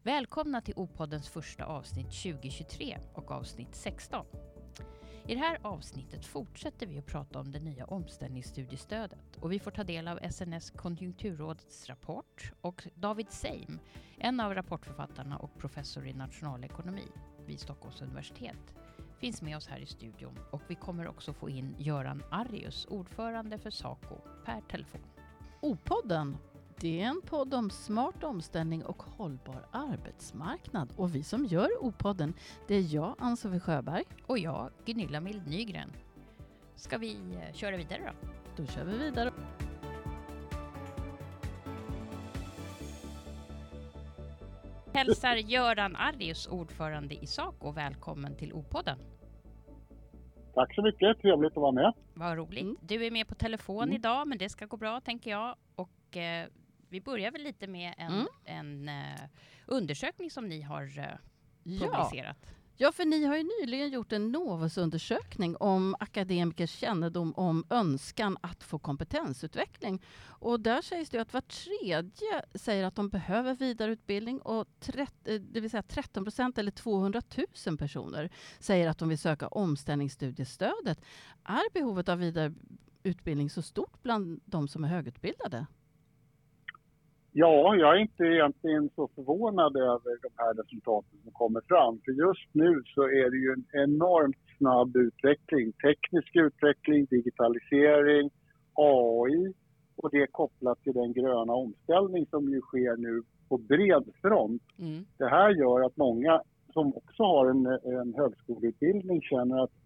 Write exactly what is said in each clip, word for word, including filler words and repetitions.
Välkomna till O-poddens första avsnitt tjugohundratjugotre och avsnitt sexton. I det här avsnittet fortsätter vi att prata om det nya omställningsstudiestödet och vi får ta del av S N S konjunkturrådets rapport och David Seim, en av rapportförfattarna och professor i nationalekonomi vid Stockholms universitet, finns med oss här i studion och vi kommer också få in Göran Arrius, ordförande för SACO, per telefon. O-podden, det är en podd om smart omställning och hållbar arbetsmarknad. Och vi som gör O-podden, det är jag, Ann-Sofie Sjöberg. Och jag, Gunilla Mild Nygren. Ska vi eh, köra vidare då? Då kör vi vidare. Hälsar Göran Arrius, ordförande i SACO. Välkommen till O-podden. Tack så mycket, trevligt att vara med. Vad roligt. Mm. Du är med på telefon Mm. idag, men det ska gå bra tänker jag. Och eh, vi börjar väl lite med en, Mm. en eh, undersökning som ni har eh, Ja. publicerat. ja, för ni har ju nyligen gjort en Novus-undersökning om akademikers kännedom om önskan att få kompetensutveckling. Och där sägs det att var tredje säger att de behöver vidareutbildning och trettio, det vill säga tretton procent eller tvåhundratusen personer säger att de vill söka omställningsstudiestödet. Är behovet av vidareutbildning så stort bland de som är högutbildade? Ja, jag är inte egentligen så förvånad över de här resultaten som kommer fram. För just nu så är det ju en enormt snabb utveckling. Teknisk utveckling, digitalisering, A I och det är kopplat till den gröna omställning som ju sker nu på bred front. Mm. Det här gör att många som också har en, en högskoleutbildning känner att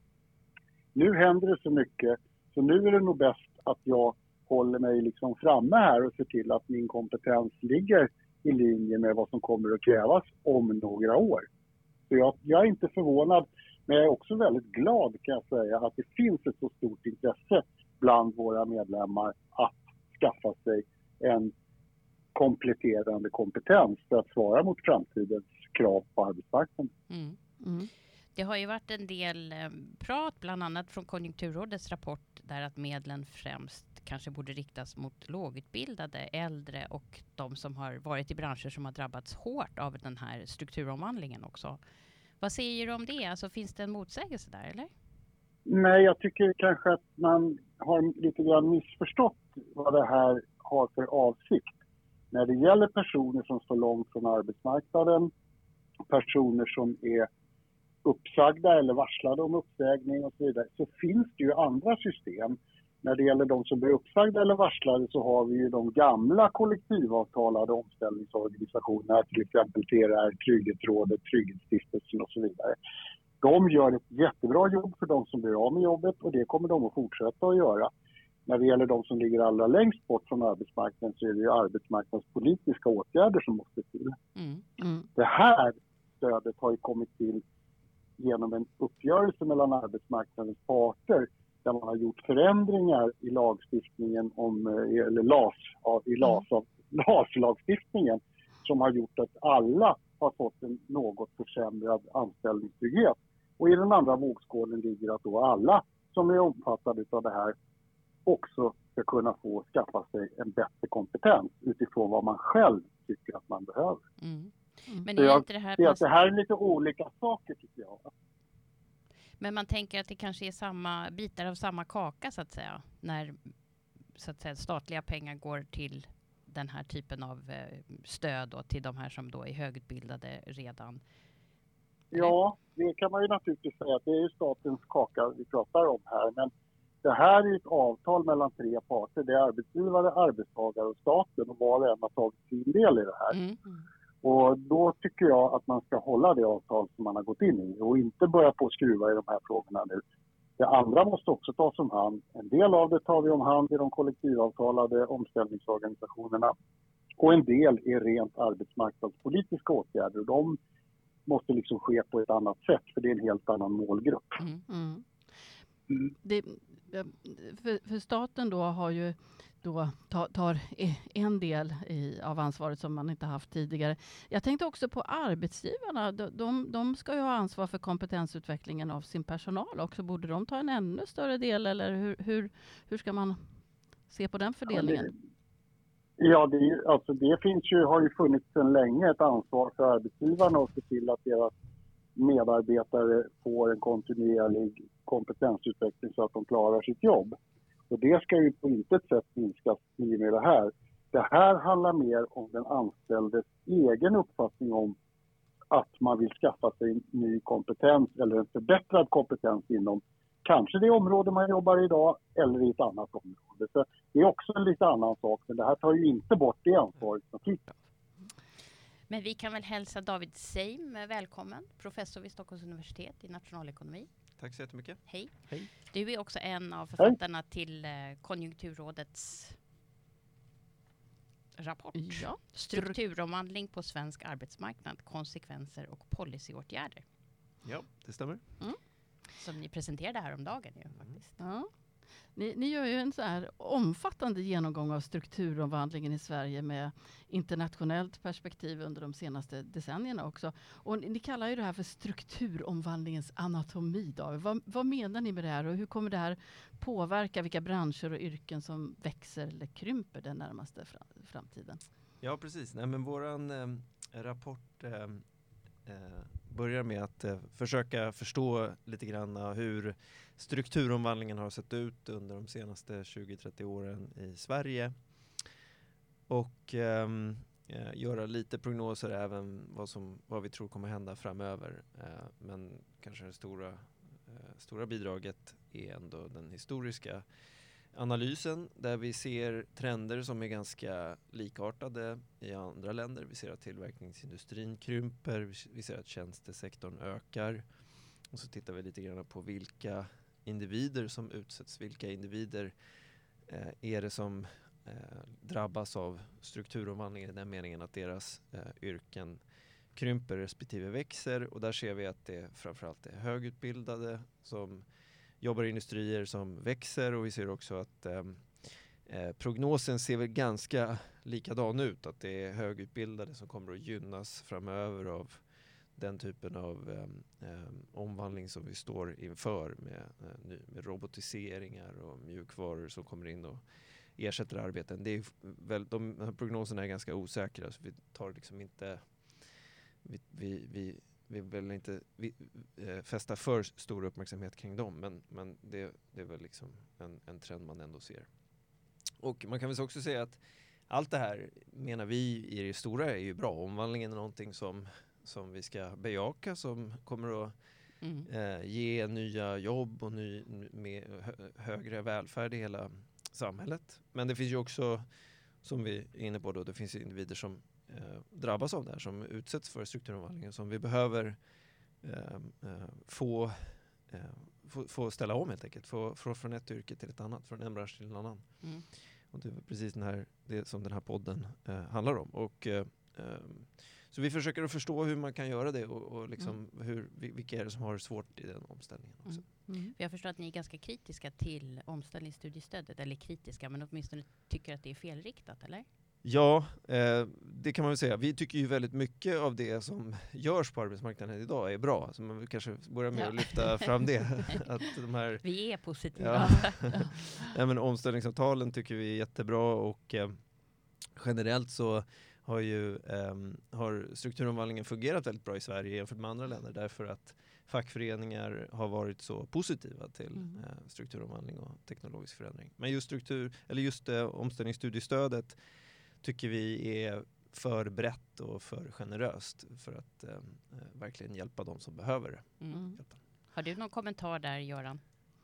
nu händer det så mycket så nu är det nog bäst att jag håller mig liksom framme här och ser till att min kompetens ligger i linje med vad som kommer att krävas om några år. Så jag, jag är inte förvånad, men jag är också väldigt glad kan jag säga att det finns ett så stort intresse bland våra medlemmar att skaffa sig en kompletterande kompetens för att svara mot framtidens krav på arbetsmarknaden. Mm. Mm. Det har ju varit en del eh, prat, bland annat från Konjunkturrådets rapport, där att medlen främst kanske borde riktas mot lågutbildade, äldre och de som har varit i branscher som har drabbats hårt av den här strukturomvandlingen också. Vad säger du om det? Alltså, finns det en motsägelse där, eller? Nej, jag tycker kanske att man har lite grann missförstått vad det här har för avsikt. När det gäller personer som står långt från arbetsmarknaden, personer som är uppsagda eller varslade om uppsägning och så vidare, så finns det ju andra system. När det gäller de som blir uppsagda eller varslade så har vi ju de gamla kollektivavtalade omställningsorganisationerna, till exempel T R R, Trygghetsrådet, Trygghetsstiftelsen och så vidare. De gör ett jättebra jobb för de som blir av med jobbet och det kommer de att fortsätta att göra. När det gäller de som ligger allra längst bort från arbetsmarknaden så är det ju arbetsmarknadspolitiska åtgärder som måste till. Mm. Mm. Det här stödet har ju kommit till genom en uppgörelse mellan arbetsmarknadens parter där man har gjort förändringar i lagstiftningen om, eller L A S, i L A S, L A S-lagstiftningen som har gjort att alla har fått en något försämrad anställningstrygghet. Och i den andra vågskålen ligger att då alla som är omfattade av det här också ska kunna få skaffa sig en bättre kompetens utifrån vad man själv tycker att man behöver. Mm. Mm. Men Så är jag inte det här att ser man, att det här är lite olika saker tycker jag. men man tänker att det kanske är samma bitar av samma kaka så att säga, när så att säga, statliga pengar går till den här typen av eh, stöd då, till de här som då är högutbildade redan. Ja, det kan man ju naturligtvis säga att det är ju statens kaka vi pratar om här. Men det här är ett avtal mellan tre parter. Det är arbetsgivare, arbetstagare och staten och var och en har tagit sin del i det här. Mm. Och då tycker jag att man ska hålla det avtal som man har gått in i och inte börja på att skruva i de här frågorna nu. Det andra måste också tas om hand. En del av det tar vi om hand i de kollektivavtalade omställningsorganisationerna. Och en del är rent arbetsmarknadspolitiska åtgärder. Och de måste liksom ske på ett annat sätt för det är en helt annan målgrupp. Mm. Mm. Mm. Det, för, för staten då har ju då tar, tar en del i, av ansvaret som man inte haft tidigare. Jag tänkte också på arbetsgivarna. De, de, de ska ju ha ansvar för kompetensutvecklingen av sin personal också. Borde de ta en ännu större del eller hur, hur, hur ska man se på den fördelningen? Ja, det, alltså det finns ju, har ju funnits sedan länge ett ansvar för arbetsgivarna att se till att deras medarbetare får en kontinuerlig kompetensutveckling så att de klarar sitt jobb. Och det ska ju på intet sätt minskas i med det här. Det här handlar mer om den anställdes egen uppfattning om att man vill skaffa sig en ny kompetens eller en förbättrad kompetens inom kanske det område man jobbar i idag eller i ett annat område. Så det är också en lite annan sak, men det här tar ju inte bort det ansvaret naturligtvis. Men vi kan väl hälsa David Seim välkommen, professor vid Stockholms universitet i nationalekonomi. Tack så jättemycket. Hej. Hej. Du är också en av författarna Hej. till eh, Konjunkturrådets rapport. Ja. Strukturomvandling på svensk arbetsmarknad, konsekvenser och policyåtgärder. Ja, det stämmer. Mm. Som ni presenterade här om dagen ju faktiskt. Ja. Ni, ni gör ju en så här omfattande genomgång av strukturomvandlingen i Sverige med internationellt perspektiv under de senaste decennierna också. Och ni, ni kallar ju det här för strukturomvandlingens anatomi. Då. Vad, vad menar ni med det här och hur kommer det här påverka vilka branscher och yrken som växer eller krymper den närmaste fram, framtiden? Ja, precis. Nej, men våran eh, rapport eh, eh, börjar med att eh, försöka förstå lite grann hur strukturomvandlingen har sett ut under de senaste tjugo till trettio åren i Sverige. Och eh, göra lite prognoser även vad, som, vad vi tror kommer hända framöver. Eh, men kanske det stora, eh, stora bidraget är ändå den historiska analysen där vi ser trender som är ganska likartade i andra länder. Vi ser att tillverkningsindustrin krymper, vi ser att tjänstesektorn ökar. Och så tittar vi lite grann på vilka individer som utsätts, vilka individer eh, är det som eh, drabbas av strukturomvandlingen i den meningen att deras eh, yrken krymper respektive växer. Och där ser vi att det framförallt är högutbildade som jobbar i industrier som växer, och vi ser också att eh, prognosen ser väl ganska likadan ut, att det är högutbildade som kommer att gynnas framöver av den typen av eh, eh, omvandling som vi står inför med, eh, med robotiseringar och mjukvaror som kommer in och ersätter arbeten. Det är väl, de här prognoserna är ganska osäkra, så vi tar liksom inte vi, vi, vi Vi vill inte vi, äh, fästa för stor uppmärksamhet kring dem, men, men det, det är väl liksom en, en trend man ändå ser. Och man kan väl också säga att allt det här menar vi i det stora är ju bra. Omvandlingen är någonting som, som vi ska bejaka, som kommer att mm. äh, ge nya jobb och ny, med hö, högre välfärd i hela samhället. Men det finns ju också, som vi är inne på då, det finns individer som Eh, drabbas av det här, som utsätts för strukturomvandlingen, som vi behöver eh, eh, få, eh, få, få ställa om helt enkelt, få, få från ett yrke till ett annat, från en bransch till en annan. Mm. Och det är precis den här, det som den här podden eh, handlar om. Och, eh, eh, så vi försöker att förstå hur man kan göra det och, och liksom mm. hur, vilka är det som har svårt i den omställningen också. Mm. Mm. Jag förstår att ni är ganska kritiska till omställningsstudiestödet, eller kritiska, men åtminstone tycker att det är felriktat, eller? Ja, eh, det kan man väl säga. Vi tycker ju väldigt mycket av det som görs på arbetsmarknaden idag är bra. Så man vill kanske börja med ja. att lyfta fram det. Att de här, vi är positiva. Ja. Ja, men omställningsavtalen tycker vi är jättebra, och eh, generellt så har ju eh, har strukturomvandlingen fungerat väldigt bra i Sverige jämfört med andra länder, därför att fackföreningar har varit så positiva till mm. eh, strukturomvandling och teknologisk förändring. Men just struktur eller just eh, omställningsstudiestödet tycker vi är för brett och för generöst för att eh, verkligen hjälpa de som behöver det. Mm. Har du någon kommentar där, Göran?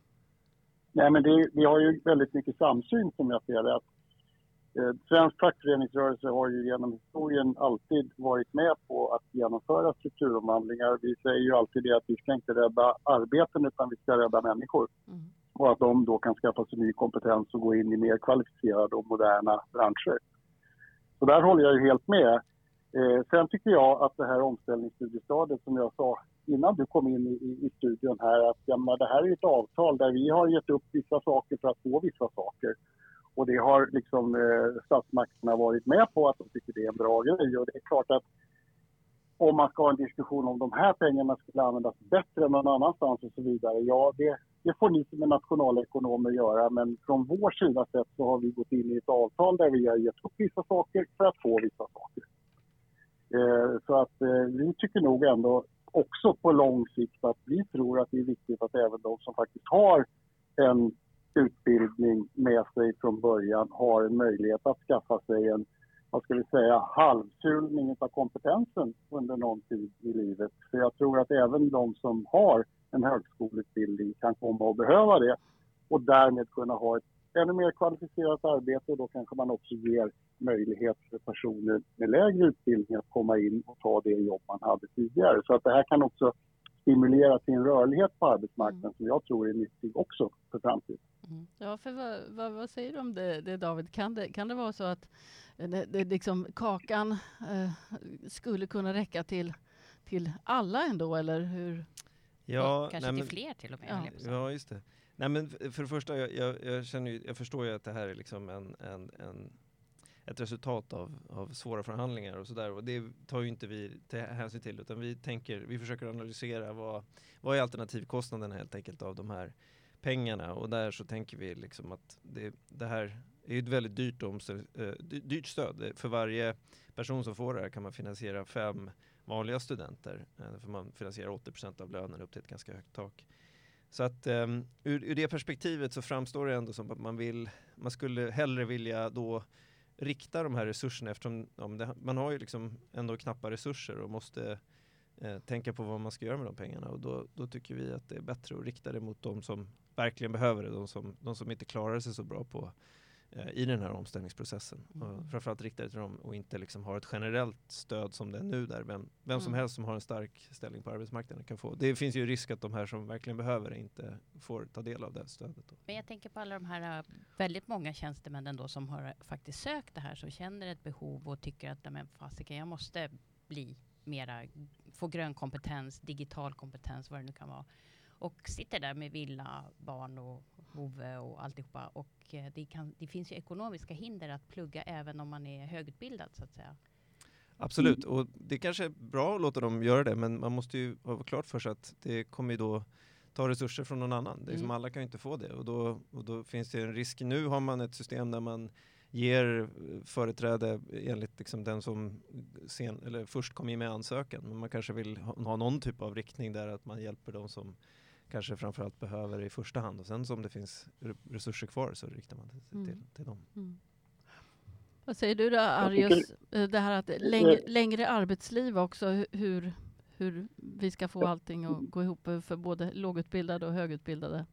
Nej, men det, vi har ju väldigt mycket samsyn som jag ser det. Att, eh, svensk fackföreningsrörelse har ju genom historien alltid varit med på att genomföra strukturomvandlingar. Vi säger ju alltid det att vi ska inte rädda arbeten utan vi ska rädda människor. Mm. Och att de då kan skaffa sig ny kompetens och gå in i mer kvalificerade och moderna branscher. Så där håller jag ju helt med. Eh, sen tycker jag att det här omställningsstudiestödet, som jag sa innan du kom in i, i studion här, att ja, det här är ett avtal där vi har gett upp vissa saker för att få vissa saker. Och det har liksom eh, statsmakterna varit med på att de tycker det är en bra grej. Och det är klart att om man ska ha en diskussion om de här pengarna skulle användas bättre än någon annanstans och så vidare, ja det, det får ni som är nationalekonomer göra, men från vår sida sett så har vi gått in i ett avtal där vi har gett upp vissa saker för att få vissa saker. Eh, så att eh, vi tycker nog ändå också på lång sikt att vi tror att det är viktigt att även de som faktiskt har en utbildning med sig från början har en möjlighet att skaffa sig en, vad ska vi säga, halvsulning av kompetensen under någon tid i livet. Så jag tror att även de som har en högskoleutbildning kan komma att behöva det och därmed kunna ha ett ännu mer kvalificerat arbete, och då kanske man också ger möjlighet för personer med lägre utbildning att komma in och ta det jobb man hade tidigare. Så att det här kan också stimulera till en rörlighet på arbetsmarknaden mm. som jag tror är nyttig också för framtiden. Mm. Ja, för vad, vad, vad säger du om det, det David? Kan det, kan det vara så att det, det liksom, kakan eh, skulle kunna räcka till, till alla ändå, eller hur? Ja, kanske nej, till fler till och med. Ja, ja just det. Nej, men för det första, jag, jag, jag, känner ju, jag förstår ju att det här är liksom en, en, en, ett resultat av, av svåra förhandlingar och sådär. Och det tar ju inte vi till hänsyn till, utan vi tänker, vi försöker analysera vad, vad är alternativkostnaden helt enkelt av de här pengarna. Och där så tänker vi liksom att det, det här är ett väldigt dyrt, omställ, äh, dyrt stöd. För varje person som får det här kan man finansiera fem vanliga studenter. Äh, för man finansierar åttio procent av lönen upp till ett ganska högt tak. Så att um, ur, ur det perspektivet så framstår det ändå som att man vill, man skulle hellre vilja då rikta de här resurserna, eftersom om det, man har ju liksom ändå knappa resurser och måste eh, tänka på vad man ska göra med de pengarna, och då, då tycker vi att det är bättre att rikta det mot de som verkligen behöver det, de som, de som inte klarar sig så bra på eh, i den här omställningsprocessen. Mm. Och framförallt rikta det till dem och inte liksom ha ett generellt stöd som det är nu, där vem, vem som mm. helst som har en stark ställning på arbetsmarknaden kan få. Det finns ju risk att de här som verkligen behöver det inte får ta del av det stödet då. Men jag tänker på alla de här väldigt många tjänstemän ändå som har faktiskt sökt det här, som känner ett behov och tycker att men fasiken, jag måste bli mera, få grön kompetens, digital kompetens, vad det nu kan vara. Och sitter där med villa, barn och bove och alltihopa. Och det, kan, det finns ju ekonomiska hinder att plugga även om man är högutbildad, så att säga. Absolut, och det kanske är bra att låta dem göra det, men man måste ju ha klart för sig att det kommer ju då ta resurser från någon annan. Det är mm. som alla kan ju inte få det, och då, och då finns det en risk. Nu har man ett system där man ger företräde enligt liksom den som sen, eller först kom in med ansökan, men man kanske vill ha, ha någon typ av riktning där, att man hjälper de som kanske framförallt behöver det i första hand, och sen som det finns resurser kvar så riktar man det till, mm. till dem. Mm. Vad säger du då, Arius? Det här att längre, längre arbetsliv också, hur, hur vi ska få allting att gå ihop för både lågutbildade och högutbildade?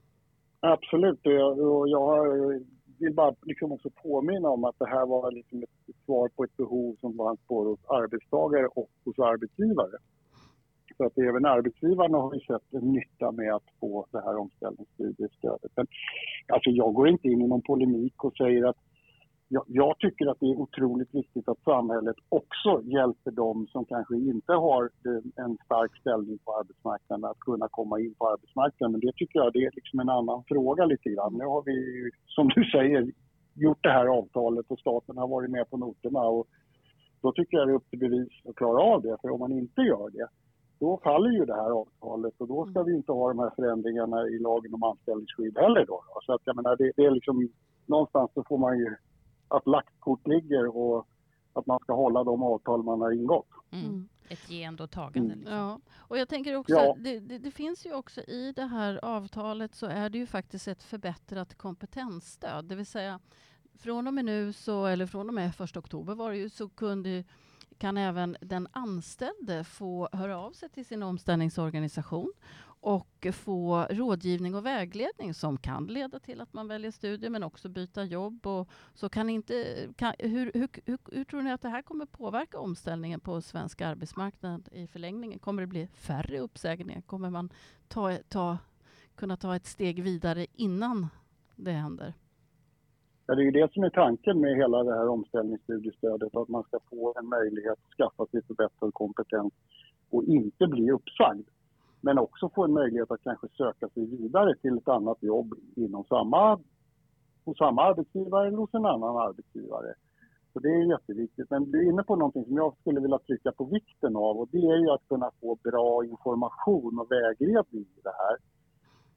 Absolut, och jag vill bara liksom också påminna om att det här var liksom ett svar på ett behov som var både hos arbetstagare och hos arbetsgivare. Så att även arbetsgivarna har vi sett en nytta med att få det här omställningsstudiestödet. Men alltså jag går inte in i någon polemik och säger att jag, jag tycker att det är otroligt viktigt att samhället också hjälper dem som kanske inte har en stark ställning på arbetsmarknaden att kunna komma in på arbetsmarknaden. Men det tycker jag det är liksom en annan fråga lite grann. Nu har vi, som du säger, gjort det här avtalet och staten har varit med på noterna, och då tycker jag det är upp till bevis att klara av det. För om man inte gör det, då faller ju det här avtalet, och då ska vi inte ha de här förändringarna i lagen om anställningsskydd heller då. Så att jag menar, det, det är liksom, någonstans så får man ju att lagt kort ligger och att man ska hålla de avtal man har ingått. Mm. Ett geende och tagande. Liksom. Ja, och jag tänker också, ja. det, det, det finns ju också i det här avtalet, så är det ju faktiskt ett förbättrat kompetensstöd. Det vill säga, från och med nu så, eller från och med första oktober var det ju, så kunde kan även den anställde få höra av sig till sin omställningsorganisation och få rådgivning och vägledning som kan leda till att man väljer studier, men också byta jobb. Och så kan inte, kan, hur, hur, hur, hur tror ni att det här kommer påverka omställningen på svensk arbetsmarknad i förlängningen? Kommer det bli färre uppsägningar? Kommer man ta, ta, kunna ta ett steg vidare innan det händer? Ja, det är ju det som är tanken med hela det här omställningsstudiestödet, att man ska få en möjlighet att skaffa sig förbättrad kompetens och inte bli uppsagd. Men också få en möjlighet att kanske söka sig vidare till ett annat jobb inom samma, hos samma arbetsgivare eller hos en annan arbetsgivare. Så det är jätteviktigt. Men du är inne på någonting som jag skulle vilja trycka på vikten av, och det är ju att kunna få bra information och vägledning i det här.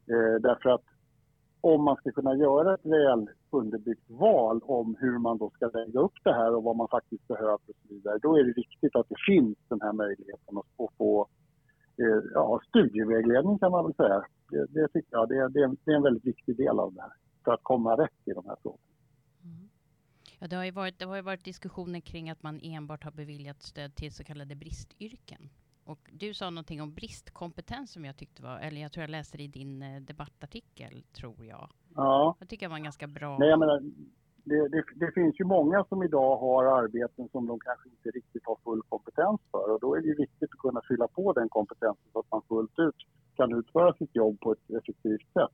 Eh, därför att om man ska kunna göra ett väl underbyggt val om hur man då ska lägga upp det här och vad man faktiskt behöver och så vidare, då är det viktigt att det finns den här möjligheten att få, få eh, ja, studievägledning kan man väl säga. Det, det tycker jag det är, det, är, det är en väldigt viktig del av det här för att komma rätt i de här frågorna. Mm. Ja, det har ju varit, det har ju varit diskussioner kring att man enbart har beviljat stöd till så kallade bristyrken. Och du sa någonting om bristkompetens som jag tyckte var, eller jag tror jag läste det i din eh, debattartikel, tror jag. Ja. Jag tycker det var en ganska bra... Nej, jag menar, det, det, det finns ju många som idag har arbeten som de kanske inte riktigt har full kompetens för. Och då är det ju viktigt att kunna fylla på den kompetensen så att man fullt ut kan utföra sitt jobb på ett effektivt sätt.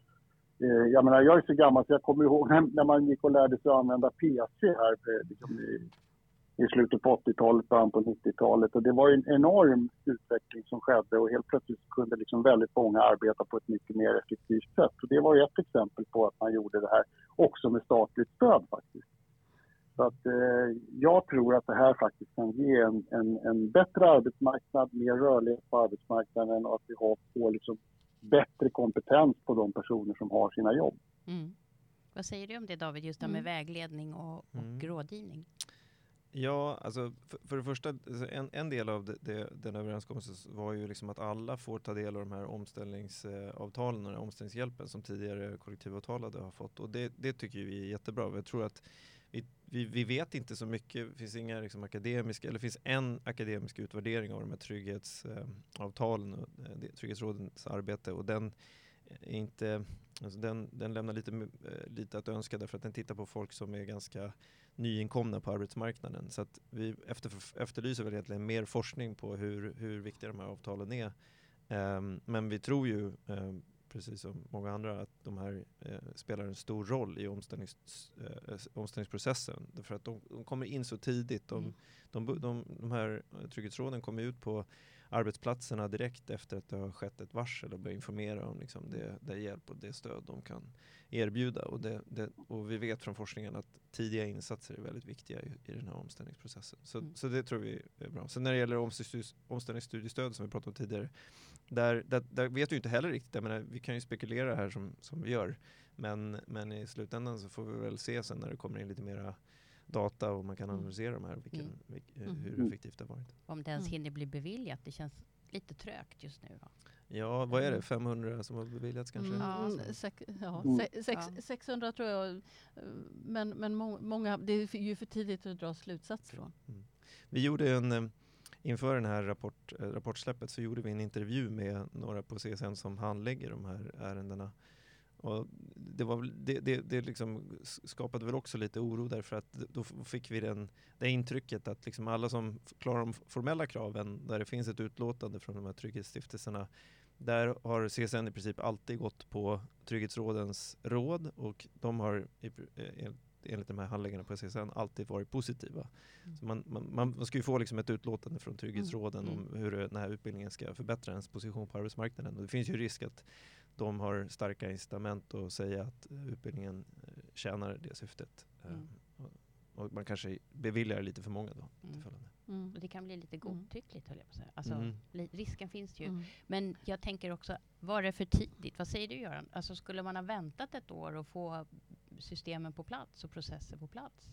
Eh, jag menar, jag är så gammal så jag kommer ihåg när man gick och lärde sig att använda P C här liksom i, i slutet på åttiotalet, början på nittiotalet. Och det var en enorm utveckling som skedde och helt plötsligt kunde liksom väldigt många arbeta på ett mycket mer effektivt sätt. Och det var ju ett exempel på att man gjorde det här också med statligt stöd faktiskt. Så att eh, jag tror att det här faktiskt kan ge en, en, en bättre arbetsmarknad, mer rörlighet på arbetsmarknaden och att vi har på liksom bättre kompetens på de personer som har sina jobb. Mm. Vad säger du om det, David, just det med Mm. vägledning och, och Mm. rådgivning? Ja, alltså för, för det första, en, en del av det, det, den överenskommelsen var ju liksom att alla får ta del av de här omställningsavtalen och omställningshjälpen som tidigare kollektivavtalade har fått. Och det, det tycker vi är jättebra. Jag tror att vi, vi, vi vet inte så mycket, det finns inga liksom akademiska, eller det finns en akademisk utvärdering av de här trygghetsavtalen och det, trygghetsrådens arbete, och den är inte, alltså den, den lämnar lite, lite att önska därför att den tittar på folk som är ganska nyinkomna på arbetsmarknaden. Så att vi efter, efterlyser väl egentligen mer forskning på hur, hur viktiga de här avtalen är. Um, men vi tror ju, um, precis som många andra, att de här uh, spelar en stor roll i omställnings, uh, omställningsprocessen. Därför att de, de kommer in så tidigt. De, Mm. de, de, de, de här trygghetsråden kommer ut på arbetsplatserna direkt efter att det har skett ett varsel och börjar informera om liksom det, det hjälp och det stöd de kan erbjuda. Och, det, det, och vi vet från forskningen att tidiga insatser är väldigt viktiga i, i den här omställningsprocessen. Så, Mm. så det tror vi är bra. Sen när det gäller omställningsstudiestöd som vi pratade om tidigare, där, där, där vet vi inte heller riktigt. Jag menar, vi kan ju spekulera här som, som vi gör. Men, men i slutändan så får vi väl se sen när det kommer in lite mera data och man kan analysera de här, vilken, Mm. vilk, Mm. hur effektivt det har varit. Om det ens Mm. hinner bli beviljat, det känns lite trögt just nu. Va? Ja, vad är det? femhundra som har beviljats kanske? Mm, Ja, mm, så. sex, ja, Mm. se, sex, Ja. sexhundra tror jag. Men, men må, många, det är ju för tidigt att dra slutsats från. Mm. Vi gjorde en, eh, inför den här rapport, eh, rapportsläppet så gjorde vi en intervju med några på C S N som handlägger de här ärendena. Och det, var, väl- det, det, det liksom skapade väl också lite oro därför att då fick vi den, det intrycket att liksom alla som klarar de formella kraven, där det finns ett utlåtande från de här trygghetsstiftelserna, där har C S N i princip alltid gått på Trygghetsrådens råd och de har i, eh, enligt de här handläggarna på C S N alltid varit positiva. Mm. Så man, man, man ska ju få liksom ett utlåtande från Trygghetsråden Mm. om hur den här utbildningen ska förbättra ens position på arbetsmarknaden. Och det finns ju risk att de har starka incitament att säga att utbildningen eh, tjänar det syftet. Eh, Mm. och, och man kanske beviljar lite för många då. Mm. till följd av det. Mm. Och det kan bli lite godtyckligt, höll jag på att säga. Alltså, Mm. li- risken finns ju. Mm. Men jag tänker också, var det för tidigt? Vad säger du, Göran? Alltså, skulle man ha väntat ett år och få systemen på plats och processer på plats?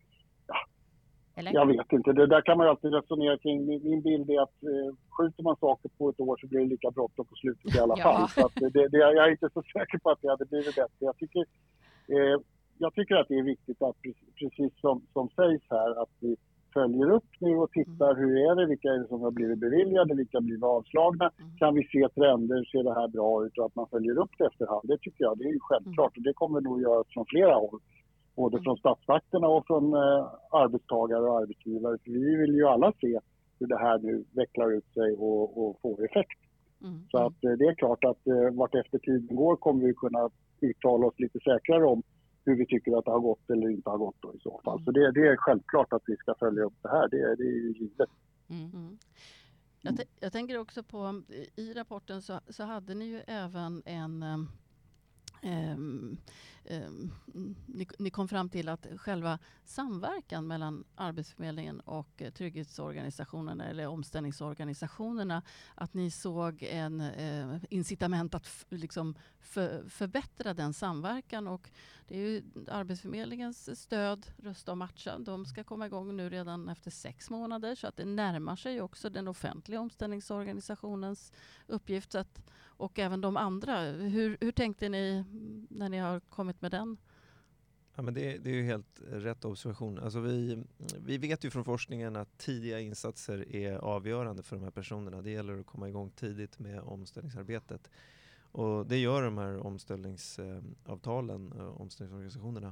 Eller? Jag vet inte, det där kan man ju alltid resonera kring. Min, min bild är att eh, skjuter man saker på ett år så blir det lika bråttom på slutet i alla Ja. fall. Så att det, det, jag är inte så säker på att det hade blivit bättre. Jag tycker, eh, jag tycker att det är viktigt att precis, precis som, som sägs här att vi följer upp nu och tittar Mm. hur är det, vilka är det som har blivit beviljade, vilka har blivit avslagna. Mm. Kan vi se trender, ser det här bra ut och att man följer upp det efterhand. Det tycker jag, det är ju självklart och det kommer nog göras från flera håll. Både Mm. från statsmakterna och från eh, arbetstagare och arbetsgivare. För vi vill ju alla se hur det här nu vecklar ut sig och, och får effekt. Mm. Så att eh, det är klart att eh, vart efter tiden går kommer vi kunna uttala oss lite säkrare om hur vi tycker att det har gått eller inte har gått då i så fall. Mm. Så det, det är självklart att vi ska följa upp det här. Det, det är ju givet. Mm. Mm. Jag, t- jag tänker också på, i rapporten så, så hade ni ju även en, em, Um, um, ni, ni kom fram till att själva samverkan mellan Arbetsförmedlingen och uh, trygghetsorganisationerna eller omställningsorganisationerna, att ni såg en uh, incitament att f- liksom för, förbättra den samverkan, och det är ju Arbetsförmedlingens stöd Rösta och matcha, de ska komma igång nu redan efter sex månader, så att det närmar sig också den offentliga omställningsorganisationens uppgift, så att, och även de andra. Hur, hur tänkte ni när ni har kommit med den? Ja, men det, det är ju helt rätt observation. Alltså vi, vi vet ju från forskningen att tidiga insatser är avgörande för de här personerna. Det gäller att komma igång tidigt med omställningsarbetet. Och det gör de här omställningsavtalen, omställningsorganisationerna.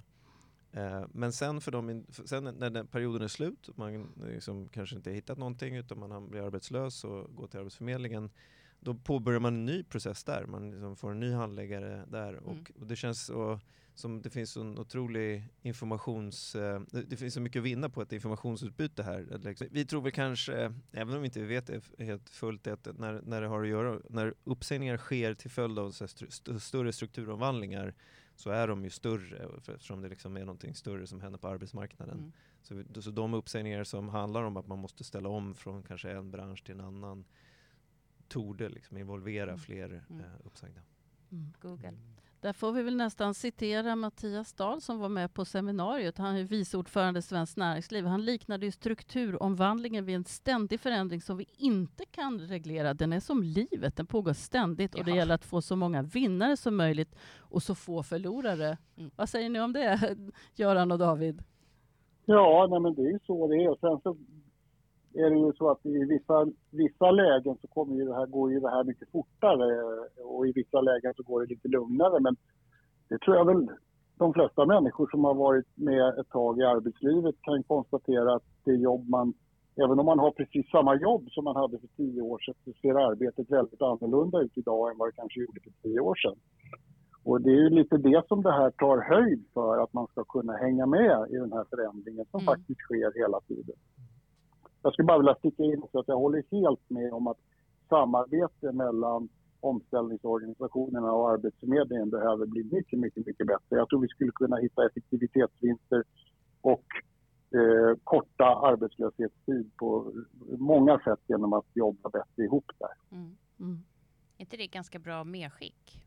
Men sen, för dem, sen när den perioden är slut, man liksom kanske inte har hittat någonting utan man blir arbetslös och går till Arbetsförmedlingen, då påbörjar man en ny process där. Man liksom får en ny handläggare där. Mm. Och, och det känns så, som det finns en otrolig informations... Eh, det, det finns så mycket att vinna på ett informationsutbyte här. Liksom. Vi tror väl kanske, även om vi inte vet det helt fullt, att när, när det har att göra, när uppsägningar sker till följd av så st- större strukturomvandlingar, så är de ju större, eftersom det liksom är någonting större som händer på arbetsmarknaden. Mm. Så, så de uppsägningar som handlar om att man måste ställa om från kanske en bransch till en annan, torde liksom involvera mm. fler mm. eh, uppsagda. Mm. Google. Där får vi väl nästan citera Mattias Dahl som var med på seminariet. Han är vice ordförande i Svenskt Näringsliv. Han liknade ju strukturomvandlingen vid en ständig förändring som vi inte kan reglera. Den är som livet, den pågår ständigt. Jaha. Och det gäller att få så många vinnare som möjligt och så få förlorare. Mm. Vad säger ni om det, Göran och David? Ja, nej, men det är ju så det är. Och sen så är det ju så att i vissa, vissa lägen så kommer ju det här, går ju det här mycket fortare, och i vissa lägen så går det lite lugnare. Men det tror jag väl de flesta människor som har varit med ett tag i arbetslivet kan konstatera, att det jobb man, även om man har precis samma jobb som man hade för tio år sedan, så ser arbetet väldigt annorlunda ut idag än vad det kanske gjorde för tio år sedan. Och det är ju lite det som det här tar höjd för, att man ska kunna hänga med i den här förändringen som mm. faktiskt sker hela tiden. Jag skulle bara vilja sticka in så att jag håller helt med om att samarbete mellan omställningsorganisationerna och Arbetsförmedlingen behöver bli mycket, mycket, mycket bättre. Jag tror vi skulle kunna hitta effektivitetsvinster och eh, korta arbetslöshetstid på många sätt genom att jobba bättre ihop där. Mm. Mm. Är inte det ganska bra medskick?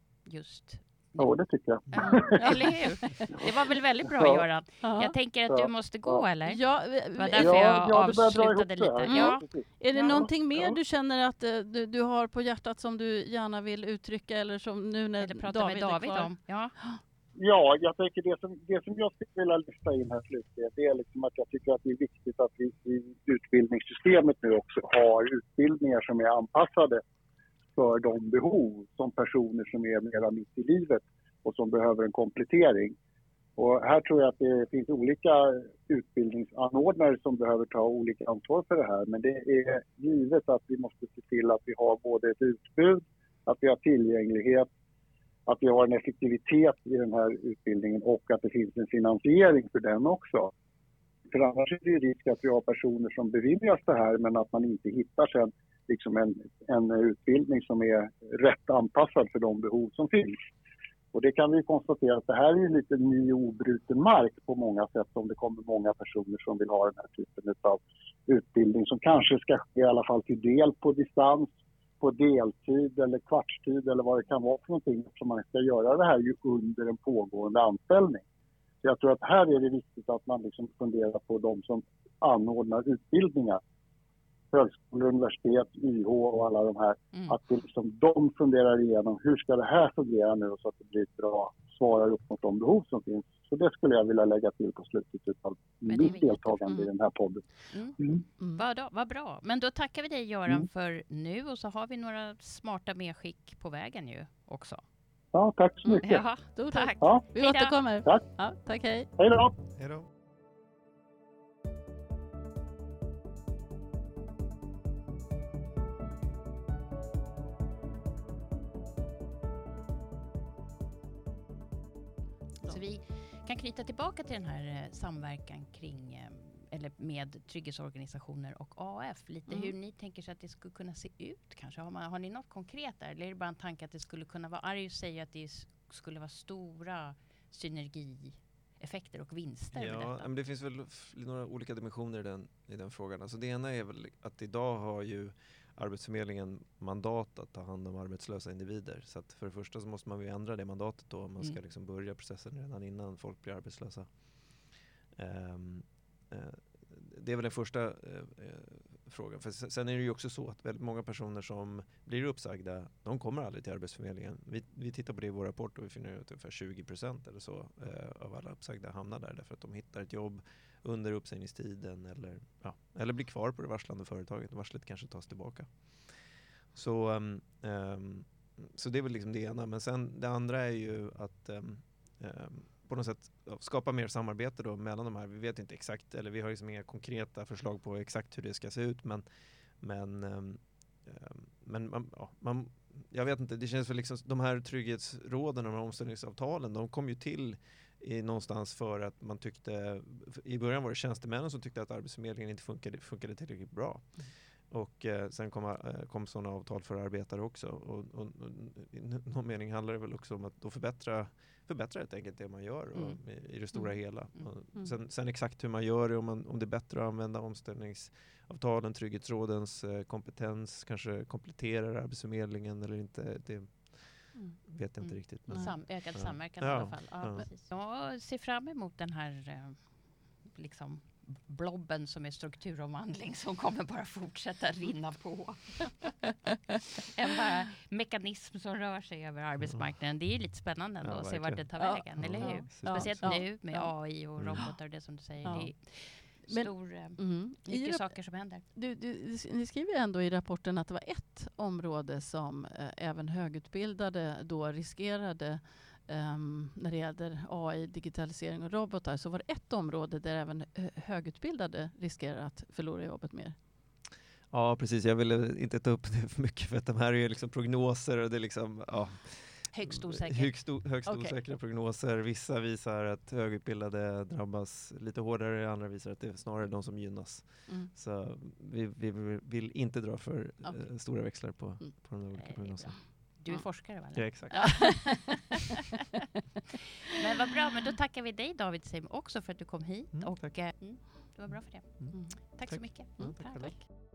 Just Ja, det tycker jag. Ja, eller hur? Det var väl väldigt bra, Göran. Ja. Jag tänker att du måste gå, ja. eller? Ja, det var därför ja, jag avslutade lite. Mm. Ja. Är det ja. någonting mer ja. du känner att uh, du, du har på hjärtat som du gärna vill uttrycka, eller som nu när eller prata David, med David om? Ja. Ja, jag tänker det som, det som jag skulle vilja lyfta in här slutligen, det är liksom att jag tycker att det är viktigt att vi i utbildningssystemet nu också har utbildningar som är anpassade för de behov som personer som är mera mitt i livet och som behöver en komplettering. Och här tror jag att det finns olika utbildningsanordnare som behöver ta olika ansvar för det här. Men det är givet att vi måste se till att vi har både ett utbud, att vi har tillgänglighet, att vi har en effektivitet i den här utbildningen och att det finns en finansiering för den också. För annars är det ju risk att vi har personer som beviljas det här, men att man inte hittar sen liksom en, en utbildning som är rätt anpassad för de behov som finns. Och det kan vi konstatera att det här är lite ny obruten mark på många sätt, om det kommer många personer som vill ha den här typen av utbildning som kanske ska ske i alla fall till del på distans, på deltid eller kvartstid eller vad det kan vara för någonting, som man ska göra det här ju under en pågående anställning. Så jag tror att här är det viktigt att man liksom funderar på de som anordnar utbildningar. Högskolor, universitet, Y H och alla de här. Mm. Att det liksom, de funderar igenom hur ska det här fungera nu, så att det blir bra, svarar upp mot de behov som finns. Så det skulle jag vilja lägga till på slutet av mitt deltagande mm. i den här podden. Mm. Mm. Mm. Vad, då, vad bra. Men då tackar vi dig, Göran, mm. för nu, och så har vi några smarta medskick på vägen ju också. Ja, tack så mycket. Jaha, då, tack. Ja. Vi återkommer. Tack. Ja, tack, hej. Hej då. Hej då. Så vi kan knyta tillbaka till den här eh, samverkan kring eh, eller med trygghetsorganisationer och A F. Lite mm. hur ni tänker sig att det skulle kunna se ut kanske. Har, man, har ni något konkret där? Eller är det bara en tanke att det skulle kunna vara... Arius säger att det är skulle vara stora synergieffekter och vinster med Ja, detta. men det finns väl f- några olika dimensioner i den, i den frågan. Alltså det ena är väl att idag har ju Arbetsförmedlingen mandat att ta hand om arbetslösa individer. Så att för det första så måste man ju ändra det mandatet då om man ska Mm. liksom börja processen redan innan folk blir arbetslösa. Um, uh, det är väl den första uh, uh, frågan. För sen är det ju också så att väldigt många personer som blir uppsagda, de kommer aldrig till Arbetsförmedlingen. Vi, vi tittar på det i vår rapport och vi finner att ungefär tjugo procent eller så uh, av alla uppsagda hamnar där därför att de hittar ett jobb under uppsägningstiden eller, ja, eller blir kvar på det varslande företaget. Varslet kanske tas tillbaka. Så, um, um, så det är väl liksom det ena. Men sen det andra är ju att um, um, på något sätt skapa mer samarbete då mellan de här. Vi vet inte exakt, eller vi har liksom inga konkreta förslag på exakt hur det ska se ut. Men, men, um, um, men man, ja, man, jag vet inte, det känns väl liksom, de här trygghetsråden och de här omställningsavtalen, de kom ju till i någonstans för att man tyckte, i början var det tjänstemännen som tyckte att Arbetsförmedlingen inte funkade, funkade tillräckligt bra. Mm. Och eh, sen kom, eh, kom sådana avtal för arbetare också. Och, och, och i någon mening handlar det väl också om att då förbättra, förbättra helt enkelt det man gör och, Mm. i, i det stora Mm. hela. Mm. Och sen, sen exakt hur man gör det, om, man, om det är bättre att använda omställningsavtalen, trygghetsrådens eh, kompetens, kanske kompletterar Arbetsförmedlingen eller inte, det Mm. vet jag inte Mm. riktigt. Men, Sam, ökad Ja. samverkan Ja. i alla fall. Ja, Ja. Precis. Jag ser fram emot den här eh, liksom blobben som är strukturomvandling som kommer bara fortsätta rinna på. En bara mekanism som rör sig över arbetsmarknaden. Det är lite spännande ändå Ja, att se vart det tar Ja. vägen, eller Ja. hur? Ja. Speciellt Ja. nu med Ja. A I och Mm. robotar och det som du säger. Ja. Det är Men- stor, eh, Mm. I mycket rap- saker som händer. Du, du, ni skriver ändå i rapporten att det var ett område som eh, även högutbildade då riskerade ehm, när det gäller A I, digitalisering och robotar. Så var det ett område där även eh, högutbildade riskerar att förlora jobbet mer. Ja, precis. Jag ville inte ta upp det för mycket för att de här är ju liksom prognoser och det är liksom, ja, Högst osäkert. högst, o- högst Okej. osäkra prognoser. Vissa visar att högutbildade drabbas lite hårdare, andra visar att det är snarare de som gynnas. Mm. Så vi, vi vill inte dra för Okej. eh, stora växlar på, Mm. på de olika Nej, det är prognoserna. Du är Ja. forskare, va? Ja, exakt. Ja. Men vad bra, men då tackar vi dig David Seim också för att du kom hit. Mm, och tack. eh, mm, det var bra för det. Mm. Tack, Tack. så mycket. Ja, Mm, tack tack. själva.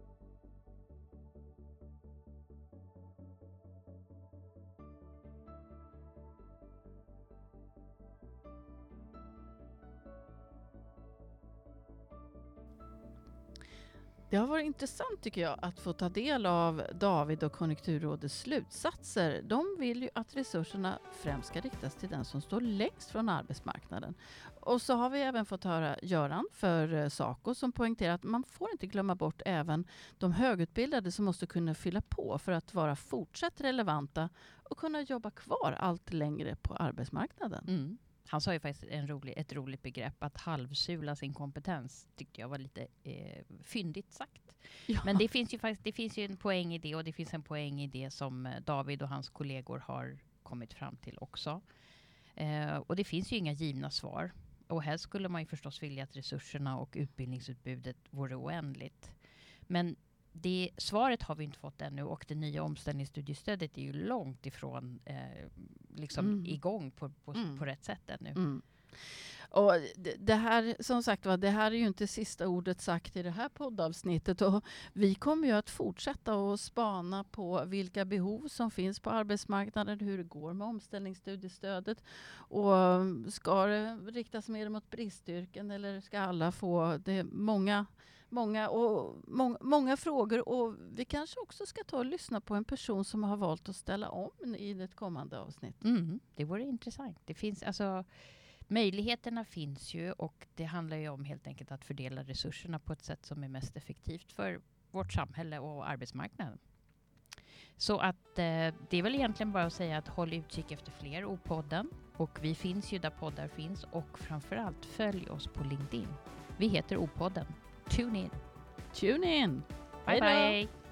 Det har varit intressant tycker jag att få ta del av David och Konjunkturrådets slutsatser. De vill ju att resurserna främst ska riktas till den som står längst från arbetsmarknaden. Och så har vi även fått höra Göran för eh, Saco som poängterar att man får inte glömma bort även de högutbildade som måste kunna fylla på för att vara fortsatt relevanta och kunna jobba kvar allt längre på arbetsmarknaden. Mm. Han sa ju faktiskt en rolig, ett roligt begrepp, att halvsula sin kompetens. Tyckte jag var lite eh, fyndigt sagt. Ja. Men det finns ju faktiskt det finns ju en poäng i det, och det finns en poäng i det som eh, David och hans kollegor har kommit fram till också. Eh, och det finns ju inga givna svar. Och här skulle man ju förstås vilja att resurserna och utbildningsutbudet vore oändligt. Men det svaret har vi inte fått ännu, och det nya omställningsstudiestödet är ju långt ifrån eh, liksom Mm. igång på, på, Mm. på rätt sätt ännu. Mm. Och det, det här, som sagt var, det här är ju inte sista ordet sagt i det här poddavsnittet. Och vi kommer ju att fortsätta att spana på vilka behov som finns på arbetsmarknaden, hur det går med omställningsstudiestödet. Och ska det riktas mer mot bristyrken eller ska alla få det? Många, många, och, mång, många frågor. Och vi kanske också ska ta och lyssna på en person som har valt att ställa om i det kommande avsnitt. Mm, det vore intressant. Det finns alltså, möjligheterna finns ju, och det handlar ju om helt enkelt att fördela resurserna på ett sätt som är mest effektivt för vårt samhälle och arbetsmarknaden. Så att eh, det är väl egentligen bara att säga att håll utkik efter fler O-podden, och vi finns ju där poddar finns, och framförallt följ oss på LinkedIn. Vi heter O-podden. Tune in. Tune in! Bye Hej då! bye!